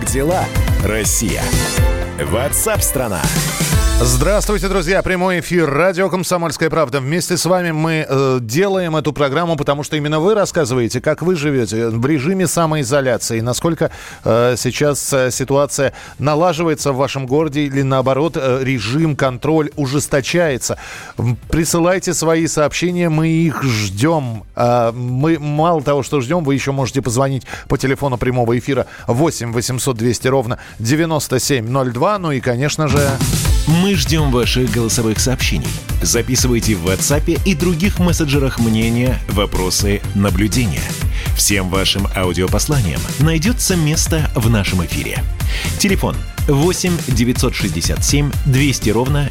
Как дела, Россия? WhatsApp-страна. Здравствуйте, друзья. Прямой эфир радио «Комсомольская правда». Вместе с вами мы делаем эту программу, потому что именно вы рассказываете, как вы живете в режиме самоизоляции, насколько сейчас ситуация налаживается в вашем городе или, наоборот, режим, контроль ужесточается. Присылайте свои сообщения, мы их ждем. Мы мало того, что ждем, вы еще можете позвонить по телефону прямого эфира 8 800 200 ровно 9702. Ну и, конечно же... Мы ждем ваших голосовых сообщений. Записывайте в WhatsApp и других мессенджерах мнения, вопросы, наблюдения. Всем вашим аудиопосланиям найдется место в нашем эфире. Телефон 8 967 200 ровно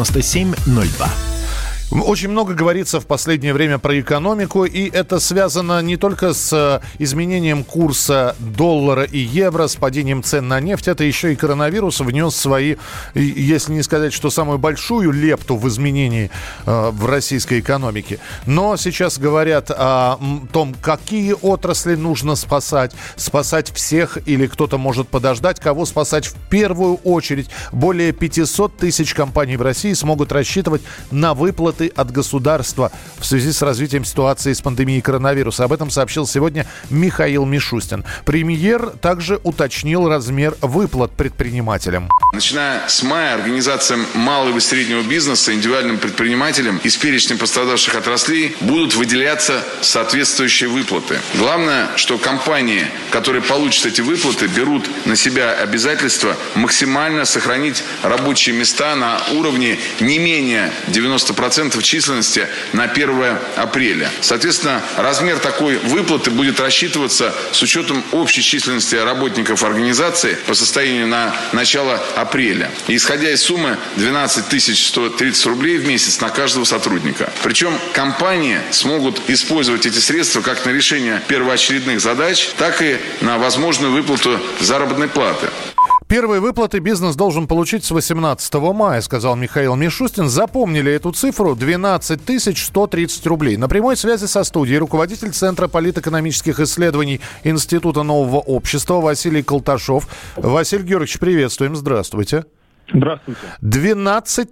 9702. Очень много говорится в последнее время про экономику, и это связано не только с изменением курса доллара и евро, с падением цен на нефть, это еще и коронавирус внес свои, если не сказать, что самую большую лепту в изменении в российской экономике. Но сейчас говорят о том, какие отрасли нужно спасать всех или кто-то может подождать, кого спасать в первую очередь. Более 500 тысяч компаний в России смогут рассчитывать на выплаты от государства в связи с развитием ситуации с пандемией коронавируса. Об этом сообщил сегодня Михаил Мишустин. Премьер также уточнил размер выплат предпринимателям. Начиная с мая организациям малого и среднего бизнеса, индивидуальным предпринимателям из перечня пострадавших отраслей будут выделяться соответствующие выплаты. Главное, что компании, которые получат эти выплаты, берут на себя обязательство максимально сохранить рабочие места на уровне не менее 90% численности на 1 апреля. Соответственно, размер такой выплаты будет рассчитываться с учетом общей численности работников организации по состоянию на начало апреля. И исходя из суммы 12 130 рублей в месяц на каждого сотрудника. Причем компании смогут использовать эти средства как на решение первоочередных задач, так и на возможную выплату заработной платы. Первые выплаты бизнес должен получить с 18 мая, сказал Михаил Мишустин. Запомнили эту цифру: 12 130 рублей. На прямой связи со студией руководитель Центра политэкономических исследований Института нового общества Василий Колташов. Василий Георгиевич, приветствуем. Здравствуйте. Здравствуйте. 12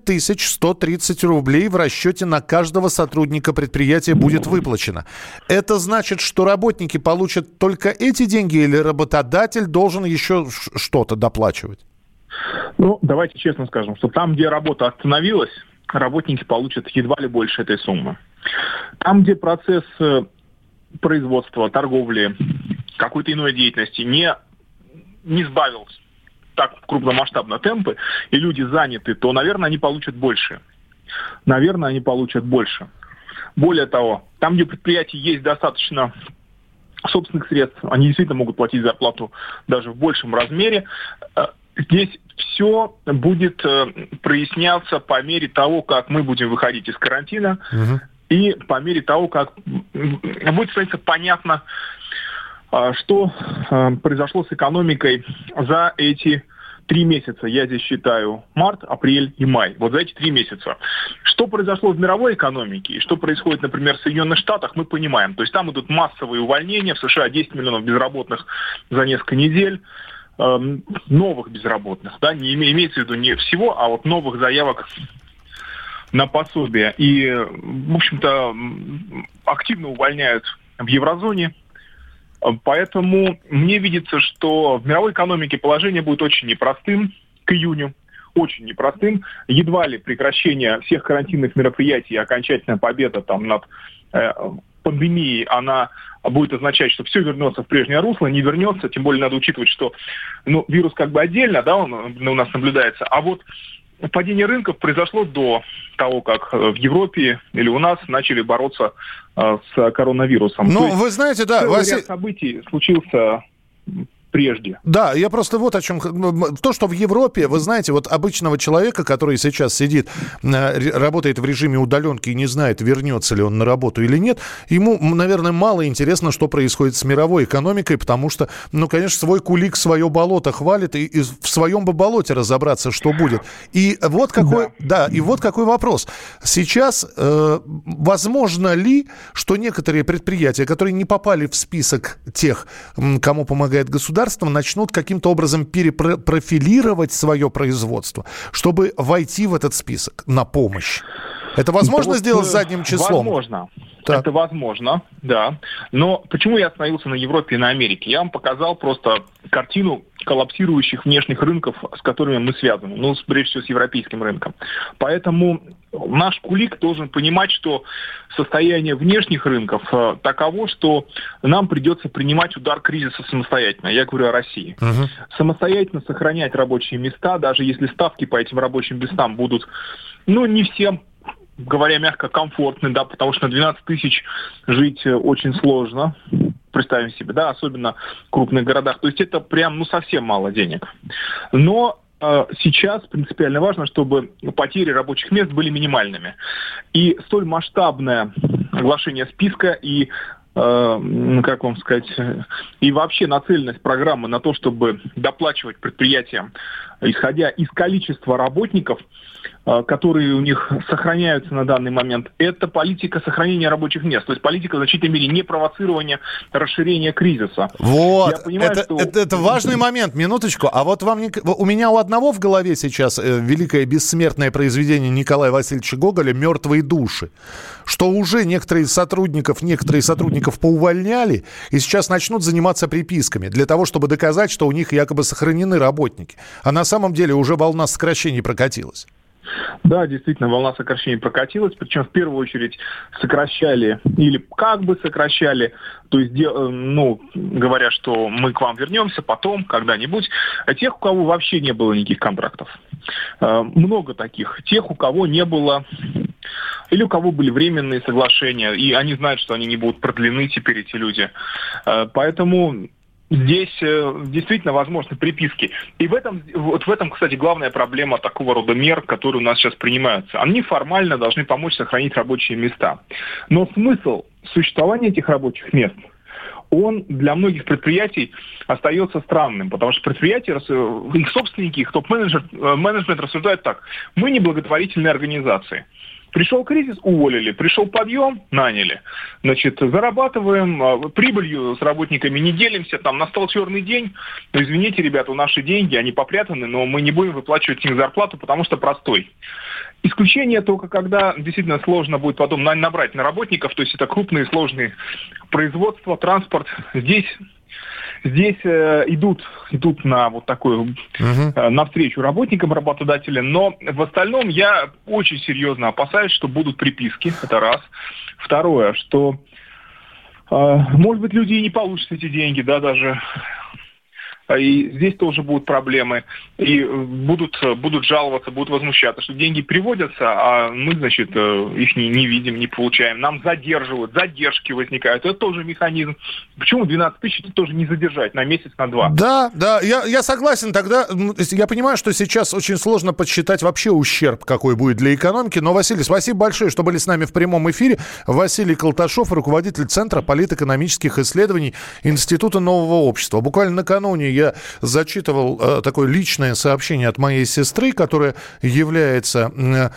130 рублей в расчете на каждого сотрудника предприятия будет выплачено. Это значит, что работники получат только эти деньги или работодатель должен еще что-то доплачивать? Ну, давайте честно скажем, что там, где работа остановилась, работники получат едва ли больше этой суммы. Там, где процесс производства, торговли, какой-то иной деятельности не сбавился так крупномасштабно темпы, и люди заняты, то, наверное, они получат больше. Более того, там, где у предприятий есть достаточно собственных средств, они действительно могут платить зарплату даже в большем размере. Здесь все будет проясняться по мере того, как мы будем выходить из карантина, и по мере того, как будет становиться понятно, что произошло с экономикой за эти 3 месяца. Я здесь считаю март, апрель и май. Вот за эти 3 месяца. Что произошло в мировой экономике и что происходит, например, в Соединенных Штатах, мы понимаем. То есть там идут массовые увольнения. В США 10 миллионов безработных за несколько недель. Новых безработных. Да, не имеется в виду не всего, а вот новых заявок на пособие. И, в общем-то, активно увольняют в еврозоне. Поэтому мне видится, что в мировой экономике положение будет очень непростым к июню. Очень непростым. Едва ли прекращение всех карантинных мероприятий и окончательная победа там над пандемией, она будет означать, что все вернется в прежнее русло, не вернется. Тем более надо учитывать, что вирус как бы отдельно, да, он у нас наблюдается. А вот падение рынков произошло до того, как в Европе или у нас начали бороться с коронавирусом. Ну, вы знаете, да, ряд событий случился прежде. Да, я просто вот о чем... То, что в Европе, вы знаете, вот обычного человека, который сейчас сидит, работает в режиме удаленки и не знает, вернется ли он на работу или нет, ему, наверное, мало интересно, что происходит с мировой экономикой, потому что, конечно, свой кулик, свое болото хвалит, и в своем бы болоте разобраться, что будет. И вот какой, и вот какой вопрос. Сейчас возможно ли, что некоторые предприятия, которые не попали в список тех, кому помогает государство, государства начнут каким-то образом перепрофилировать свое производство, чтобы войти в этот список на помощь? Это возможно сделать задним числом? Возможно. Так. Это возможно, да. Но почему я остановился на Европе и на Америке? Я вам показал просто картину коллапсирующих внешних рынков, с которыми мы связаны. Ну, прежде всего, с европейским рынком. Поэтому наш кулик должен понимать, что состояние внешних рынков таково, что нам придется принимать удар кризиса самостоятельно. Я говорю о России. Самостоятельно сохранять рабочие места, даже если ставки по этим рабочим местам будут, не всем, говоря мягко, комфортны, да, потому что на 12 тысяч жить очень сложно, представим себе, да, особенно в крупных городах. То есть это прям, совсем мало денег. Но сейчас принципиально важно, чтобы потери рабочих мест были минимальными. И столь масштабное оглашение списка и как вам сказать, и вообще нацеленность программы на то, чтобы доплачивать предприятиям, исходя из количества работников, которые у них сохраняются на данный момент, это политика сохранения рабочих мест. То есть политика в значительной мере не провоцирования расширения кризиса. Вот, я понимаю, это важный момент, минуточку. А вот у меня у одного в голове сейчас великое бессмертное произведение Николая Васильевича Гоголя «Мертвые души», что уже некоторых сотрудников поувольняли и сейчас начнут заниматься приписками для того, чтобы доказать, что у них якобы сохранены работники. А на самом деле уже волна сокращений прокатилась. Да, действительно, волна сокращений прокатилась, причем в первую очередь сокращали или как бы сокращали, то есть, говоря, что мы к вам вернемся потом, когда-нибудь, а тех, у кого вообще не было никаких контрактов. Много таких. Тех, у кого не было, или у кого были временные соглашения, и они знают, что они не будут продлены теперь, эти люди. Поэтому здесь действительно возможны приписки. И в этом, кстати, главная проблема такого рода мер, которые у нас сейчас принимаются. Они формально должны помочь сохранить рабочие места. Но смысл существования этих рабочих мест, он для многих предприятий остается странным, потому что предприятия, их собственники, их топ-менеджмент рассуждают так: мы не благотворительные организации. Пришел кризис — уволили. Пришел подъем — наняли. Зарабатываем, прибылью с работниками не делимся. Там настал черный день. Извините, ребята, наши деньги, они попрятаны, но мы не будем выплачивать им зарплату, потому что простой. Исключение только когда действительно сложно будет потом набрать на работников, то есть это крупные сложные производства, транспорт. Здесь идут на вот такую, навстречу работникам работодателя, но в остальном я очень серьезно опасаюсь, что будут приписки, это раз. Второе, что, может быть, люди и не получат эти деньги, да, даже. И здесь тоже будут проблемы. И будут жаловаться, будут возмущаться, что деньги переводятся, а мы, их не видим, не получаем. Нам задерживают, задержки возникают. Это тоже механизм. Почему 12 тысяч это тоже не задержать на месяц, на два? Да, я согласен. Тогда я понимаю, что сейчас очень сложно подсчитать вообще ущерб, какой будет для экономики. Но, Василий, спасибо большое, что были с нами в прямом эфире. Василий Колташов, руководитель Центра политэкономических исследований Института нового общества. Буквально накануне я зачитывал такое личное сообщение от моей сестры, которая является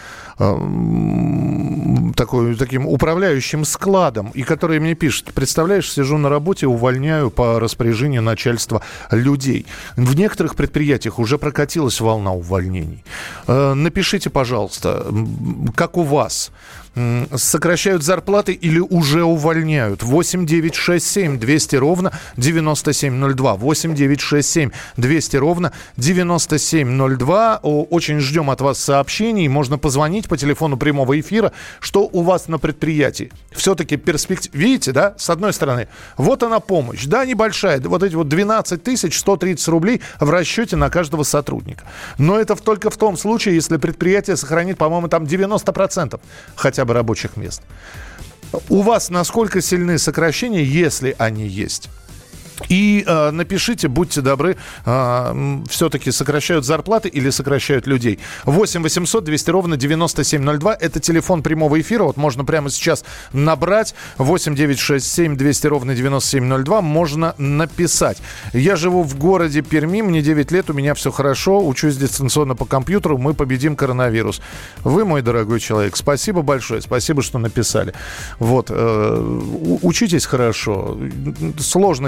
таким управляющим складом, и которая мне пишет: представляешь, сижу на работе, увольняю по распоряжению начальства людей. В некоторых предприятиях уже прокатилась волна увольнений. Напишите, пожалуйста, как у вас? Сокращают зарплаты или уже увольняют? 8 9 6 7 200 ровно 9702. 8 9 6 7 200 ровно 9702. Очень ждем от вас сообщений. Можно позвонить по телефону прямого эфира. Что у вас на предприятии? Все-таки перспектива. Видите, да? С одной стороны, вот она помощь. Да, небольшая. Вот эти 12 130 рублей в расчете на каждого сотрудника. Но это только в том случае, если предприятие сохранит, по-моему, там 90% хотя бы рабочих мест. У вас насколько сильны сокращения, если они есть? И напишите, будьте добры, все-таки сокращают зарплаты или сокращают людей. 8 800 200 ровно 9702. Это телефон прямого эфира. Вот можно прямо сейчас набрать. 8 967 200 ровно 9702. Можно написать. Я живу в городе Перми, мне 9 лет, у меня все хорошо. Учусь дистанционно по компьютеру. Мы победим коронавирус. Вы, мой дорогой человек, спасибо большое. Спасибо, что написали. Вот. Учитесь хорошо. Сложно сейчас.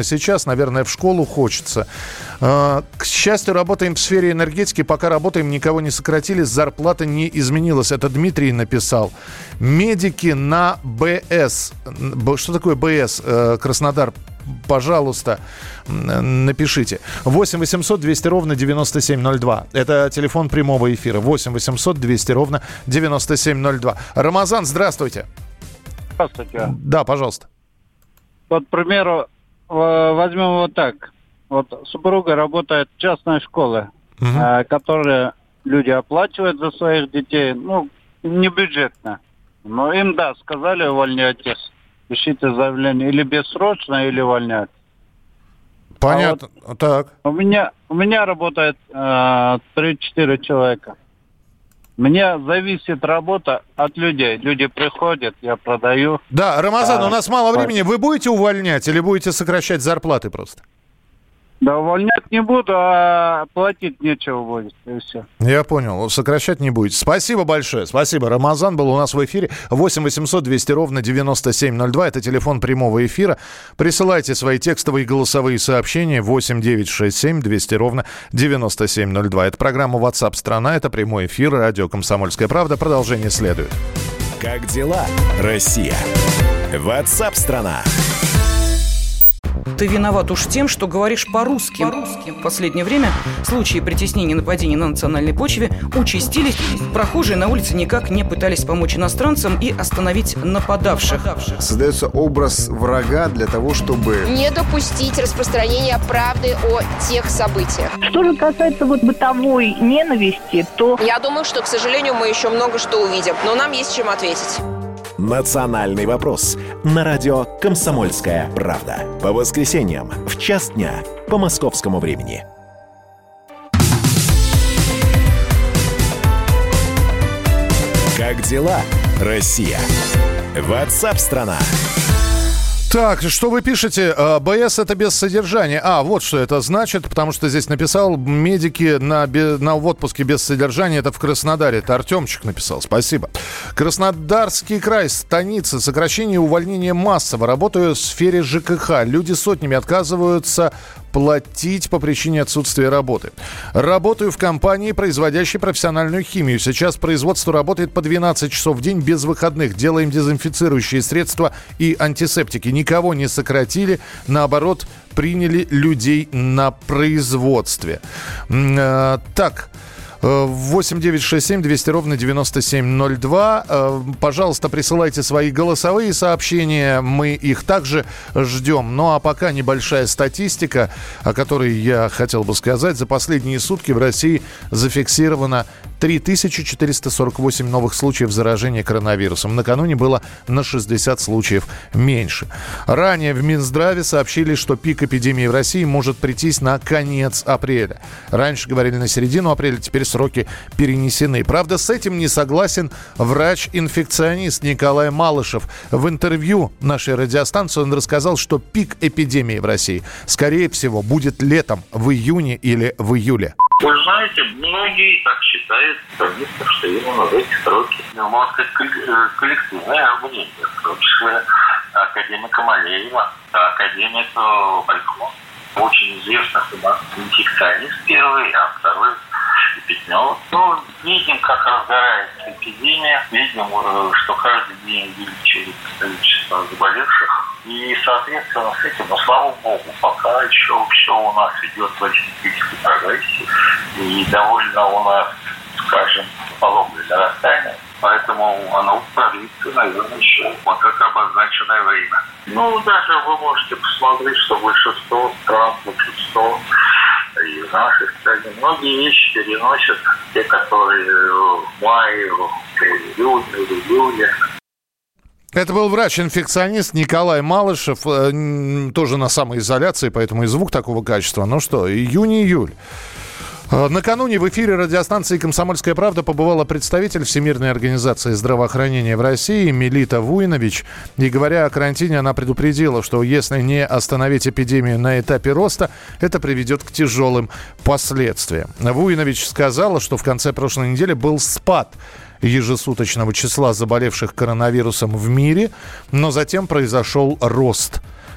сейчас, наверное, в школу хочется. К счастью, работаем в сфере энергетики. Пока работаем, никого не сократили, зарплата не изменилась. Это Дмитрий написал. Медики на БС. Что такое БС? Краснодар. Пожалуйста, напишите. 8 800 200 ровно 9702. Это телефон прямого эфира. 8 800 200 ровно 9702. Рамазан, здравствуйте. Здравствуйте. Да, пожалуйста. Вот, к примеру, возьмем вот так. Вот супруга работает в частной школе, которые люди оплачивают за своих детей, ну, не бюджетно. Но им, да, сказали, увольняйтесь. Пишите заявление или бессрочно, или увольнять. Понятно. А вот так. У меня работает 3-4 человека. Мне зависит работа от людей. Люди приходят, я продаю. Да, Рамазан, у нас мало времени. Вы будете увольнять или будете сокращать зарплаты просто? Да, увольнять не буду, а платить нечего будет, и все. Я понял, сокращать не будете. Спасибо большое, спасибо. Рамазан был у нас в эфире. 8 800 200 ровно 9702, это телефон прямого эфира. Присылайте свои текстовые и голосовые сообщения 8 967 200 ровно 9702. Это программа WhatsApp страна, это прямой эфир, радио «Комсомольская правда». Продолжение следует. Как дела, Россия? WhatsApp страна. Ты виноват уж тем, что говоришь по-русски. В последнее время случаи притеснения и нападений на национальной почве участились. Прохожие на улице никак не пытались помочь иностранцам и остановить нападавших. Создается образ врага для того, чтобы не допустить распространения правды о тех событиях. Что же касается бытовой ненависти, то... Я думаю, что, к сожалению, мы еще много что увидим, но нам есть чем ответить. «Национальный вопрос» на радио «Комсомольская правда». По воскресеньям в 1:00 дня по московскому времени. Как дела, Россия? WhatsApp страна. Так, что вы пишете? БС это без содержания. Вот что это значит, потому что здесь написал медики на отпуске без содержания. Это в Краснодаре. Это Артемчик написал. Спасибо. Краснодарский край, станица, сокращение и увольнение массово. Работаю в сфере ЖКХ. Люди сотнями отказываются платить по причине отсутствия работы. Работаю в компании, производящей профессиональную химию. Сейчас производство работает по 12 часов в день без выходных. Делаем дезинфицирующие средства и антисептики. Никого не сократили, наоборот, приняли людей на производстве. Так... 8 967 200 ровно 9702. Пожалуйста, присылайте свои голосовые сообщения. Мы их также ждем. Ну а пока небольшая статистика, о которой я хотел бы сказать. За последние сутки в России зафиксировано 3448 новых случаев заражения коронавирусом. Накануне было на 60 случаев меньше. Ранее в Минздраве сообщили, что пик эпидемии в России может прийтись на конец апреля. Раньше говорили на середину апреля, теперь сроки перенесены. Правда, с этим не согласен врач-инфекционист Николай Малышев. В интервью нашей радиостанции он рассказал, что пик эпидемии в России, скорее всего, будет летом, в июне или в июле. Вы знаете, многие так считают, что именно в эти сроки, можно сказать, коллективное мнение, в том числе академика Малеева, академика Балько. Очень известных у нас инфекционист первый, а второй Пятнёв. Ну, видим, как разгорается эпидемия, видим, что каждый день увеличивается количество заболевших. И, соответственно, с этим, ну, слава богу, пока еще все у нас идет в логистической прогрессии. И довольно у нас, скажем, пологое нарастание. Поэтому оно продлится, наверное, еще вот это обозначенное время. Ну, даже вы можете посмотреть, что большинство стран, большинство и в нашей стране многие вещи переносят, те, которые в мае, в июне. Это был врач-инфекционист Николай Малышев, тоже на самоизоляции, поэтому и звук такого качества. Ну что, июнь-июль. Накануне в эфире радиостанции «Комсомольская правда» побывала представитель Всемирной организации здравоохранения в России Мелита Вуйнович. И говоря о карантине, она предупредила, что если не остановить эпидемию на этапе роста, это приведет к тяжелым последствиям. Вуйнович сказала, что в конце прошлой недели был спад ежесуточного числа заболевших коронавирусом в мире, но затем произошел рост.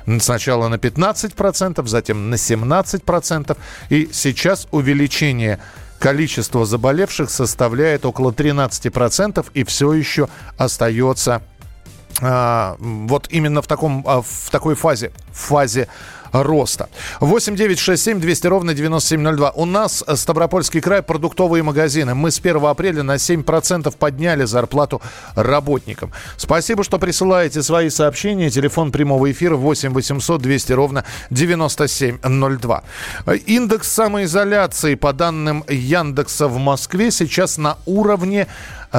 сначала на 15%, затем на 17%. И сейчас увеличение количества заболевших составляет около 13% и все еще остается вот именно в такой фазе роста. 8 9 6 7 200 ровно 9702. У нас Ставропольский край, продуктовые магазины. Мы с 1 апреля на 7% подняли зарплату работникам. Спасибо, что присылаете свои сообщения. Телефон прямого эфира 8 800 200 ровно 9702. Индекс самоизоляции, по данным Яндекса, в Москве сейчас на уровне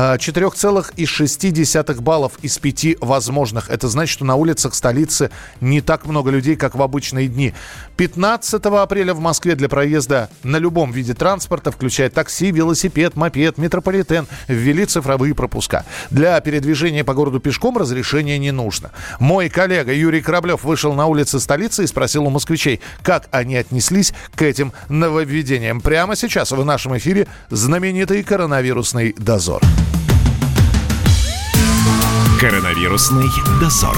4,6 баллов из 5 возможных. Это значит, что на улицах столицы не так много людей, как в обычные дни. 15 апреля в Москве для проезда на любом виде транспорта, включая такси, велосипед, мопед, метрополитен, ввели цифровые пропуска. Для передвижения по городу пешком разрешения не нужно. Мой коллега Юрий Кораблев вышел на улицы столицы и спросил у москвичей, как они отнеслись к этим нововведениям. Прямо сейчас в нашем эфире знаменитый коронавирусный дозор. Коронавирусный дозор.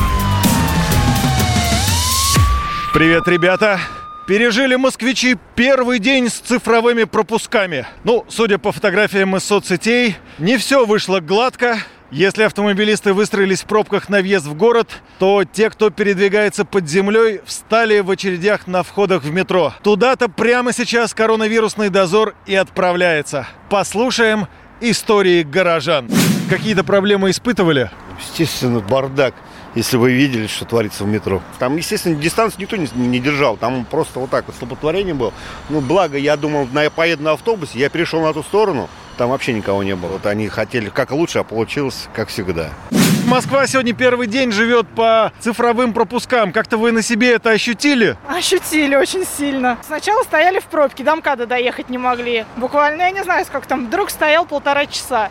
Привет, ребята! Пережили москвичи первый день с цифровыми пропусками. Судя по фотографиям из соцсетей, не все вышло гладко. Если автомобилисты выстроились в пробках на въезд в город, то те, кто передвигается под землей, встали в очередях на входах в метро. Туда-то прямо сейчас коронавирусный дозор и отправляется. Послушаем истории горожан. Какие-то проблемы испытывали? Естественно, бардак. Если вы видели, что творится в метро. Там, естественно, дистанцию никто не держал. Там просто вот так вот столпотворение было. Благо, я думал, я поеду на автобусе. Я перешел на ту сторону. Там вообще никого не было. Вот они хотели как лучше, а получилось как всегда. Москва сегодня первый день живет по цифровым пропускам. Как-то вы на себе это ощутили? Ощутили очень сильно. Сначала стояли в пробке, до МКАДа доехать не могли. Буквально, я не знаю, сколько там, вдруг стоял 1,5 часа.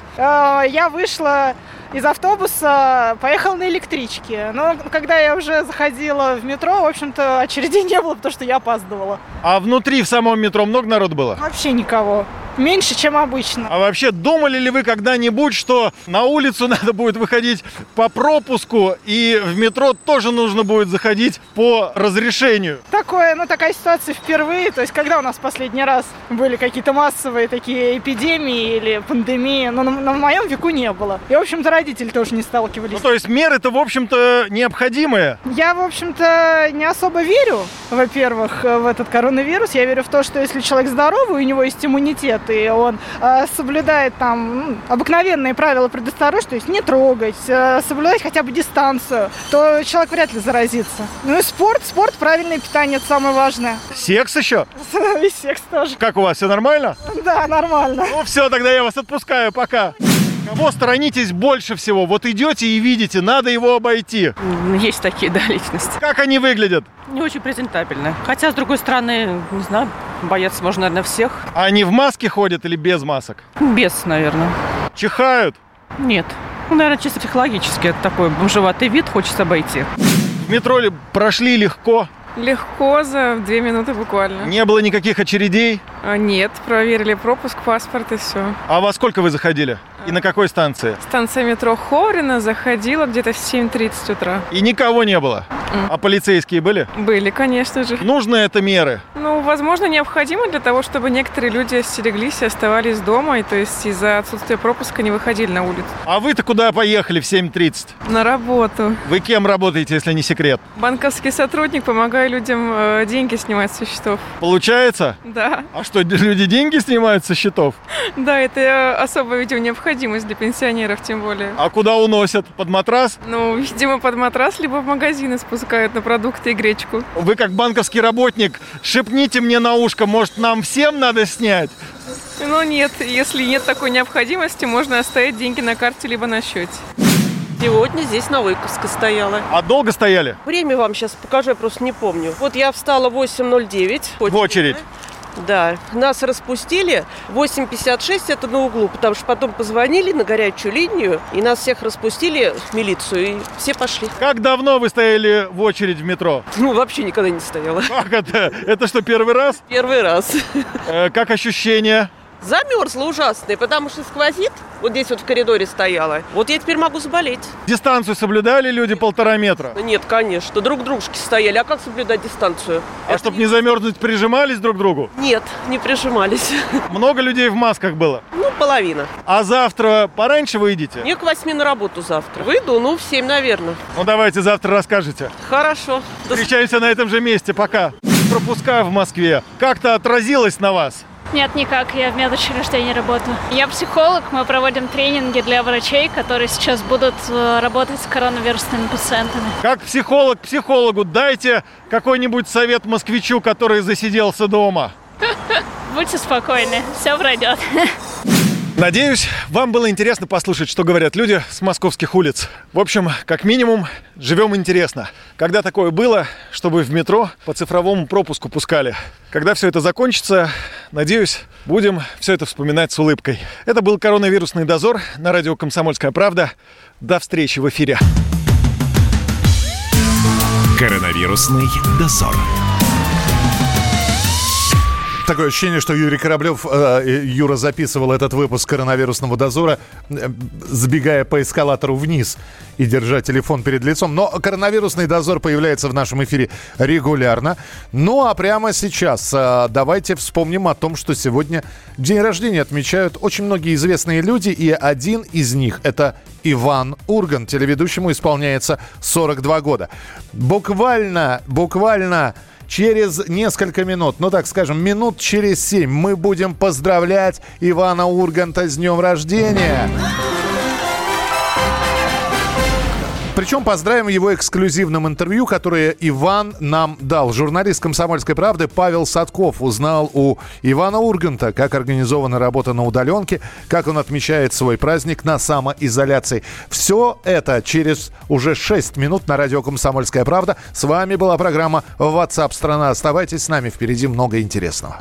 Я вышла из автобуса, поехала на электричке. Но когда я уже заходила в метро, в общем-то, очередей не было, потому что я опаздывала. А внутри в самом метро много народу было? Вообще никого. Меньше, чем обычно. А вообще, думали ли вы когда-нибудь, что на улицу надо будет выходить по пропуску, и в метро тоже нужно будет заходить по разрешению? Такая ситуация впервые. То есть, когда у нас в последний раз были какие-то массовые такие эпидемии или пандемии, но на моем веку не было. И, в общем-то, родители тоже не сталкивались. То есть, меры-то, в общем-то, необходимые? Я, в общем-то, не особо верю, во-первых, в этот коронавирус. Я верю в то, что если человек здоровый, у него есть иммунитет, и он соблюдает там обыкновенные правила предосторожности, то есть не трогать, соблюдать хотя бы дистанцию, то человек вряд ли заразится. И спорт, правильное питание, это самое важное. Секс еще? И секс тоже. Как у вас, все нормально? Да, нормально. Все, тогда я вас отпускаю, пока. Кого сторонитесь больше всего? Вот идете и видите, надо его обойти. Есть такие, да, личности. Как они выглядят? Не очень презентабельно. Хотя, с другой стороны, не знаю, бояться можно, наверное, всех. А они в маске ходят или без масок? Без, наверное. Чихают? Нет. Наверное, чисто психологически. Это такой бомжеватый вид, хочется обойти. В метро ли прошли легко? Легко, за 2 минуты буквально. Не было никаких очередей? Нет, проверили пропуск, паспорт и все. А во сколько вы заходили? И на какой станции? Станция метро Ховрина, заходила где-то в 7:30 утра. И никого не было? А полицейские были? Были, конечно же. Нужны это меры? Возможно, необходимо для того, чтобы некоторые люди остереглись и оставались дома, и то есть из-за отсутствия пропуска не выходили на улицу. А вы-то куда поехали в 7:30? На работу. Вы кем работаете, если не секрет? Банковский сотрудник, помогаю людям деньги снимать со счетов. Получается? Да. А что, люди деньги снимают со счетов? Да, это особая, видимо, необходимость для пенсионеров, тем более. А куда уносят? Под матрас? Видимо, под матрас, либо в магазины спускают на продукты и гречку. Вы как банковский работник, шепните мне на ушко, может, нам всем надо снять? Нет, если нет такой необходимости, можно оставить деньги на карте либо на счете. Сегодня здесь на Выковской стояла. А долго стояли? Время вам сейчас покажу, я просто не помню. Вот я встала в 8:09. В очередь? Да. Нас распустили. 8:56 это на углу, потому что потом позвонили на горячую линию, и нас всех распустили в милицию, и все пошли. Как давно вы стояли в очередь в метро? Вообще никогда не стояла. Как это? Это что, первый раз? Первый раз. Как ощущения? Замерзла ужасно, потому что сквозит. Вот здесь вот в коридоре стояла. Вот я теперь могу заболеть. Дистанцию соблюдали люди 1,5 метра? Нет, конечно. Друг к дружке стояли. А как соблюдать дистанцию? А чтобы не замерзнуть, прижимались друг к другу? Нет, не прижимались. Много людей в масках было? Ну, половина. А завтра пораньше выйдете? Я к 8 на работу завтра. Выйду, в 7, наверное. Ну, давайте завтра расскажете. Хорошо. Встречаемся на этом же месте. Пока. Пропуска в Москве как-то отразилось на вас? Нет, никак. Я в медучреждении работаю. Я психолог. Мы проводим тренинги для врачей, которые сейчас будут работать с коронавирусными пациентами. Как психолог психологу, дайте какой-нибудь совет москвичу, который засиделся дома. Будьте спокойны, все пройдет. Надеюсь, вам было интересно послушать, что говорят люди с московских улиц. В общем, как минимум, живем интересно. Когда такое было, чтобы в метро по цифровому пропуску пускали? Когда все это закончится, надеюсь, будем все это вспоминать с улыбкой. Это был коронавирусный дозор на радио «Комсомольская правда». До встречи в эфире. Коронавирусный дозор. Такое ощущение, что Юрий Кораблев, Юра записывал этот выпуск коронавирусного дозора, сбегая по эскалатору вниз и держа телефон перед лицом. Но коронавирусный дозор появляется в нашем эфире регулярно. Ну а прямо сейчас давайте вспомним о том, что сегодня день рождения отмечают очень многие известные люди. И один из них — это Иван Ургант. Телеведущему исполняется 42 года. Буквально через несколько минут, ну так скажем, минут через 7 мы будем поздравлять Ивана Урганта с днем рождения. Причем поздравим его эксклюзивным интервью, которое Иван нам дал. Журналист «Комсомольской правды» Павел Садков узнал у Ивана Урганта, как организована работа на удаленке, как он отмечает свой праздник на самоизоляции. Все это через уже 6 минут на радио «Комсомольская правда». С вами была программа WhatsApp страна. Оставайтесь с нами, впереди много интересного.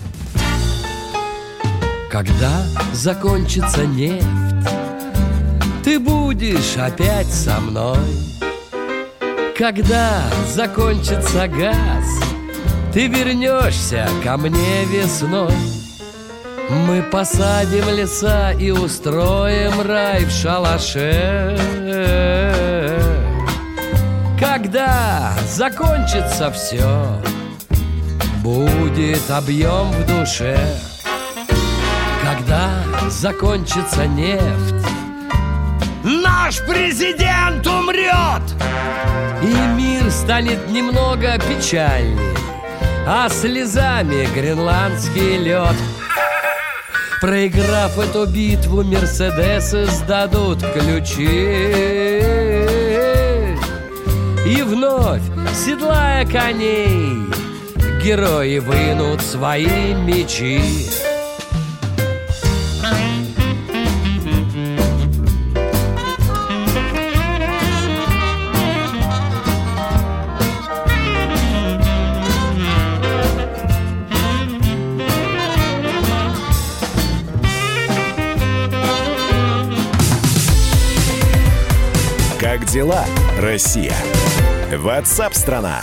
Когда закончится нефть, ты будешь опять со мной. Когда закончится газ, ты вернешься ко мне весной. Мы посадим леса и устроим рай в шалаше. Когда закончится все, будет объем в душе. Когда закончится нефть, наш президент умрет, и мир станет немного печальней, а слезами гренландский лед. Проиграв эту битву, мерседесы сдадут ключи, и вновь, седлая коней, герои вынут свои мечи. Как дела, Россия? WhatsApp страна.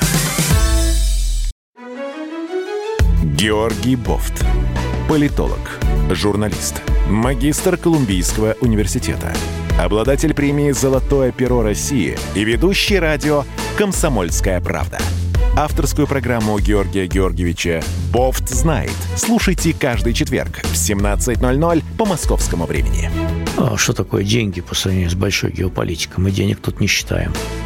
Георгий Бофт. Политолог, журналист, магистр Колумбийского университета, обладатель премии «Золотое перо России» и ведущий радио «Комсомольская правда». Авторскую программу Георгия Георгиевича «Бофт знает». Слушайте каждый четверг в 17:00 по московскому времени. Что такое деньги по сравнению с большой геополитикой? Мы денег тут не считаем.